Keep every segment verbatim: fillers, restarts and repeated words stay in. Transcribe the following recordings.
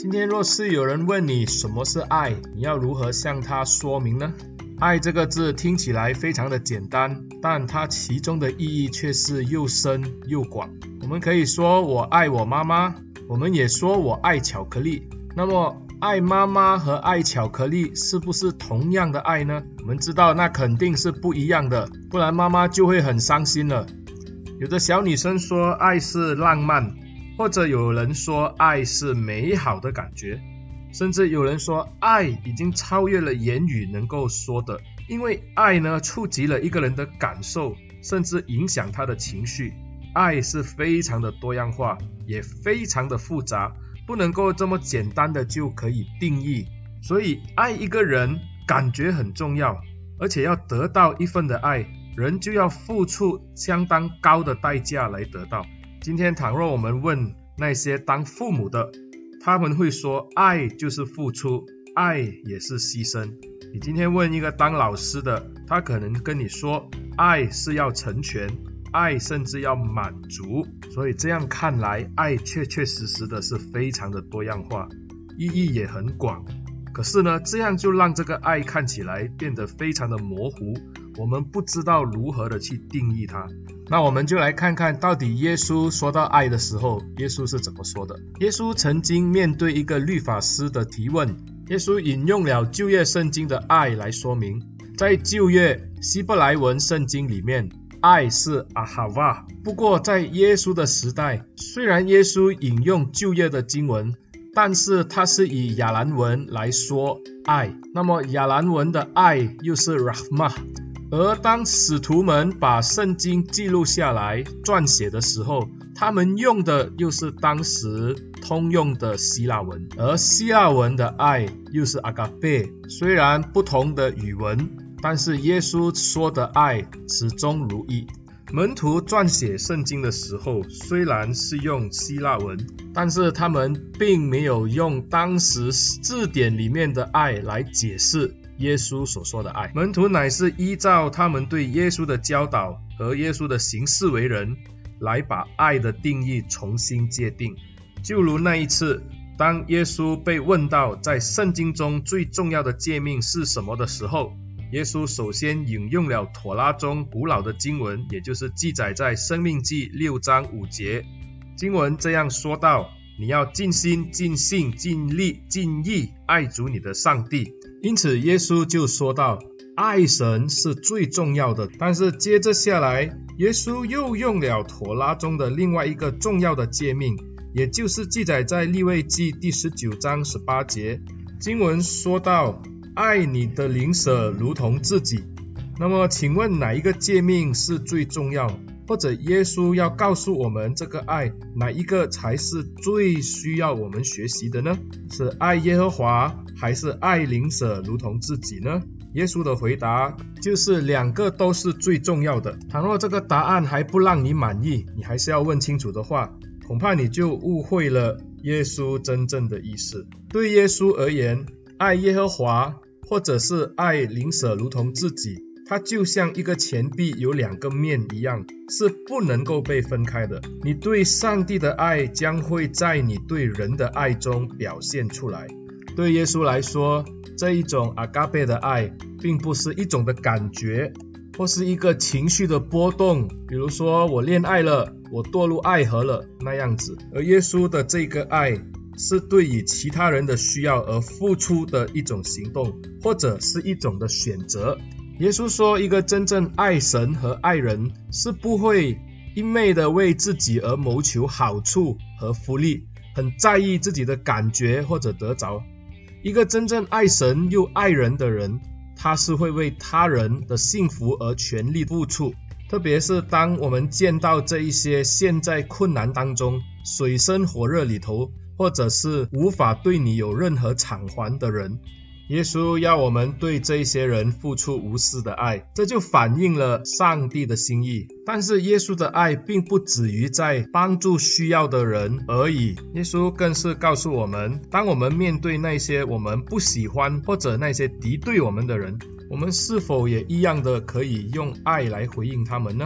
今天若是有人问你什么是爱，你要如何向他说明呢？爱这个字听起来非常的简单，但它其中的意义却是又深又广。我们可以说我爱我妈妈，我们也说我爱巧克力。那么爱妈妈和爱巧克力是不是同样的爱呢？我们知道那肯定是不一样的，不然妈妈就会很伤心了。有的小女生说爱是浪漫，或者有人说爱是美好的感觉，甚至有人说爱已经超越了言语能够说的，因为爱呢触及了一个人的感受，甚至影响他的情绪。爱是非常的多样化，也非常的复杂，不能够这么简单的就可以定义。所以爱一个人感觉很重要，而且要得到一份的爱，人就要付出相当高的代价来得到。今天倘若我们问那些当父母的，他们会说爱就是付出，爱也是牺牲。你今天问一个当老师的，他可能跟你说爱是要成全，爱甚至要满足。所以这样看来，爱确确实实的是非常的多样化，意义也很广。可是呢，这样就让这个爱看起来变得非常的模糊，我们不知道如何的去定义它。那我们就来看看到底耶稣说到爱的时候，耶稣是怎么说的。耶稣曾经面对一个律法师的提问，耶稣引用了旧约圣经的爱来说明。在旧约希伯来文圣经里面，爱是阿哈瓦。不过在耶稣的时代，虽然耶稣引用旧约的经文，但是他是以亚兰文来说爱，那么亚兰文的爱又是 rahmah。 而当使徒们把圣经记录下来撰写的时候，他们用的又是当时通用的希腊文，而希腊文的爱又是 agape。 虽然不同的语文，但是耶稣说的爱始终如一。门徒撰写圣经的时候，虽然是用希腊文，但是他们并没有用当时字典里面的爱来解释耶稣所说的爱。门徒乃是依照他们对耶稣的教导和耶稣的行事为人，来把爱的定义重新界定。就如那一次，当耶稣被问到在圣经中最重要的诫命是什么的时候，耶稣首先引用了妥拉中古老的经文，也就是记载在申命记六章五节。经文这样说道：你要尽心尽性尽力尽意爱主你的上帝。因此耶稣就说到爱神是最重要的。但是接着下来，耶稣又用了妥拉中的另外一个重要的诫命，也就是记载在利未记第十九章十八节。经文说到爱你的邻舍如同自己。那么请问哪一个诫命是最重要？或者耶稣要告诉我们这个爱，哪一个才是最需要我们学习的呢？是爱耶和华，还是爱邻舍如同自己呢？耶稣的回答就是两个都是最重要的。倘若这个答案还不让你满意，你还是要问清楚的话，恐怕你就误会了耶稣真正的意思。对耶稣而言，爱耶和华或者是爱邻舍如同自己，它就像一个钱币有两个面一样，是不能够被分开的。你对上帝的爱将会在你对人的爱中表现出来。对耶稣来说，这一种阿嘎贝的爱并不是一种的感觉，或是一个情绪的波动，比如说我恋爱了，我堕入爱河了那样子。而耶稣的这个爱是对于其他人的需要而付出的一种行动，或者是一种的选择。耶稣说，一个真正爱神和爱人是不会一昧的为自己而谋求好处和福利，很在意自己的感觉或者得着。一个真正爱神又爱人的人，他是会为他人的幸福而全力付出。特别是当我们见到这一些陷在困难当中，水深火热里头，或者是无法对你有任何偿还的人，耶稣要我们对这些人付出无私的爱，这就反映了上帝的心意。但是耶稣的爱并不止于在帮助需要的人而已，耶稣更是告诉我们，当我们面对那些我们不喜欢或者那些敌对我们的人，我们是否也一样的可以用爱来回应他们呢？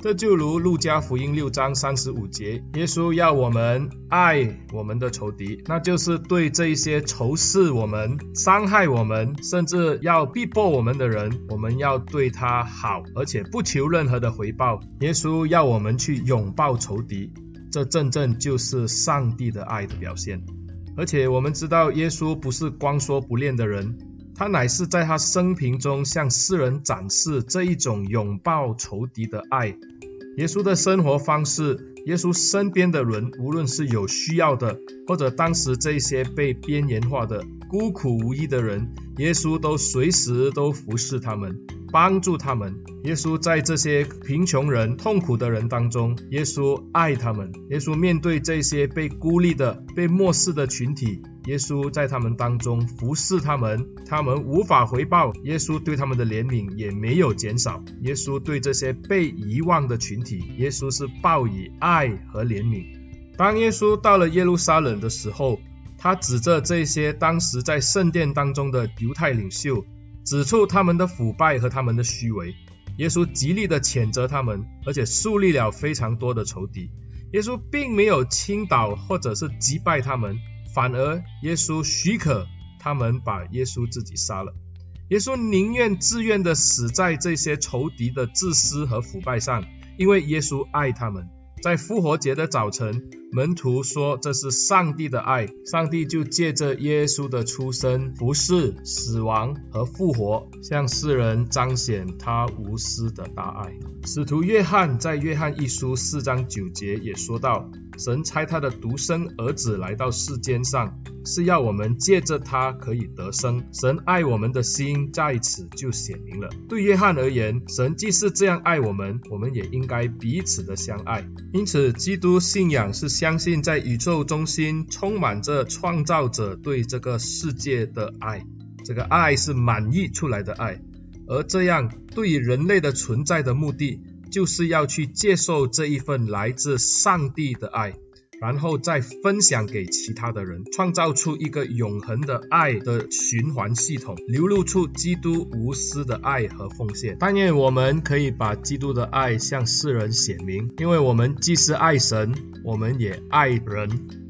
这就如路加福音六章三十五节，耶稣要我们爱我们的仇敌，那就是对这一些仇视我们、伤害我们，甚至要逼迫我们的人，我们要对他好，而且不求任何的回报。耶稣要我们去拥抱仇敌，这真正就是上帝的爱的表现。而且我们知道耶稣不是光说不练的人，他乃是在他生平中向世人展示这一种拥抱仇敌的爱。耶稣的生活方式，耶稣身边的人，无论是有需要的，或者当时这些被边缘化的、孤苦无依的人，耶稣都随时都服侍他们，帮助他们。耶稣在这些贫穷人、痛苦的人当中，耶稣爱他们。耶稣面对这些被孤立的、被漠视的群体，耶稣在他们当中服侍他们，他们无法回报，耶稣对他们的怜悯也没有减少。耶稣对这些被遗忘的群体，耶稣是报以爱和怜悯。当耶稣到了耶路撒冷的时候，他指着这些当时在圣殿当中的犹太领袖，指出他们的腐败和他们的虚伪。耶稣极力的谴责他们，而且树立了非常多的仇敌。耶稣并没有倾倒或者是击败他们，反而耶稣许可他们把耶稣自己杀了。耶稣宁愿自愿的死在这些仇敌的自私和腐败上，因为耶稣爱他们。在复活节的早晨，门徒说这是上帝的爱，上帝就借着耶稣的出生、服事、死亡和复活，向世人彰显他无私的大爱。使徒约翰在约翰一书四章九节也说到，神差他的独生儿子来到世间上，是要我们借着他可以得生。神爱我们的心在此就显明了。对约翰而言，神既是这样爱我们，我们也应该彼此的相爱。因此，基督信仰是相信在宇宙中心充满着创造者对这个世界的爱，这个爱是满溢出来的爱，而这样对于人类的存在的目的，就是要去接受这一份来自上帝的爱，然后再分享给其他的人，创造出一个永恒的爱的循环系统，流露出基督无私的爱和奉献。但愿我们可以把基督的爱向世人显明，因为我们既是爱神，我们也爱人。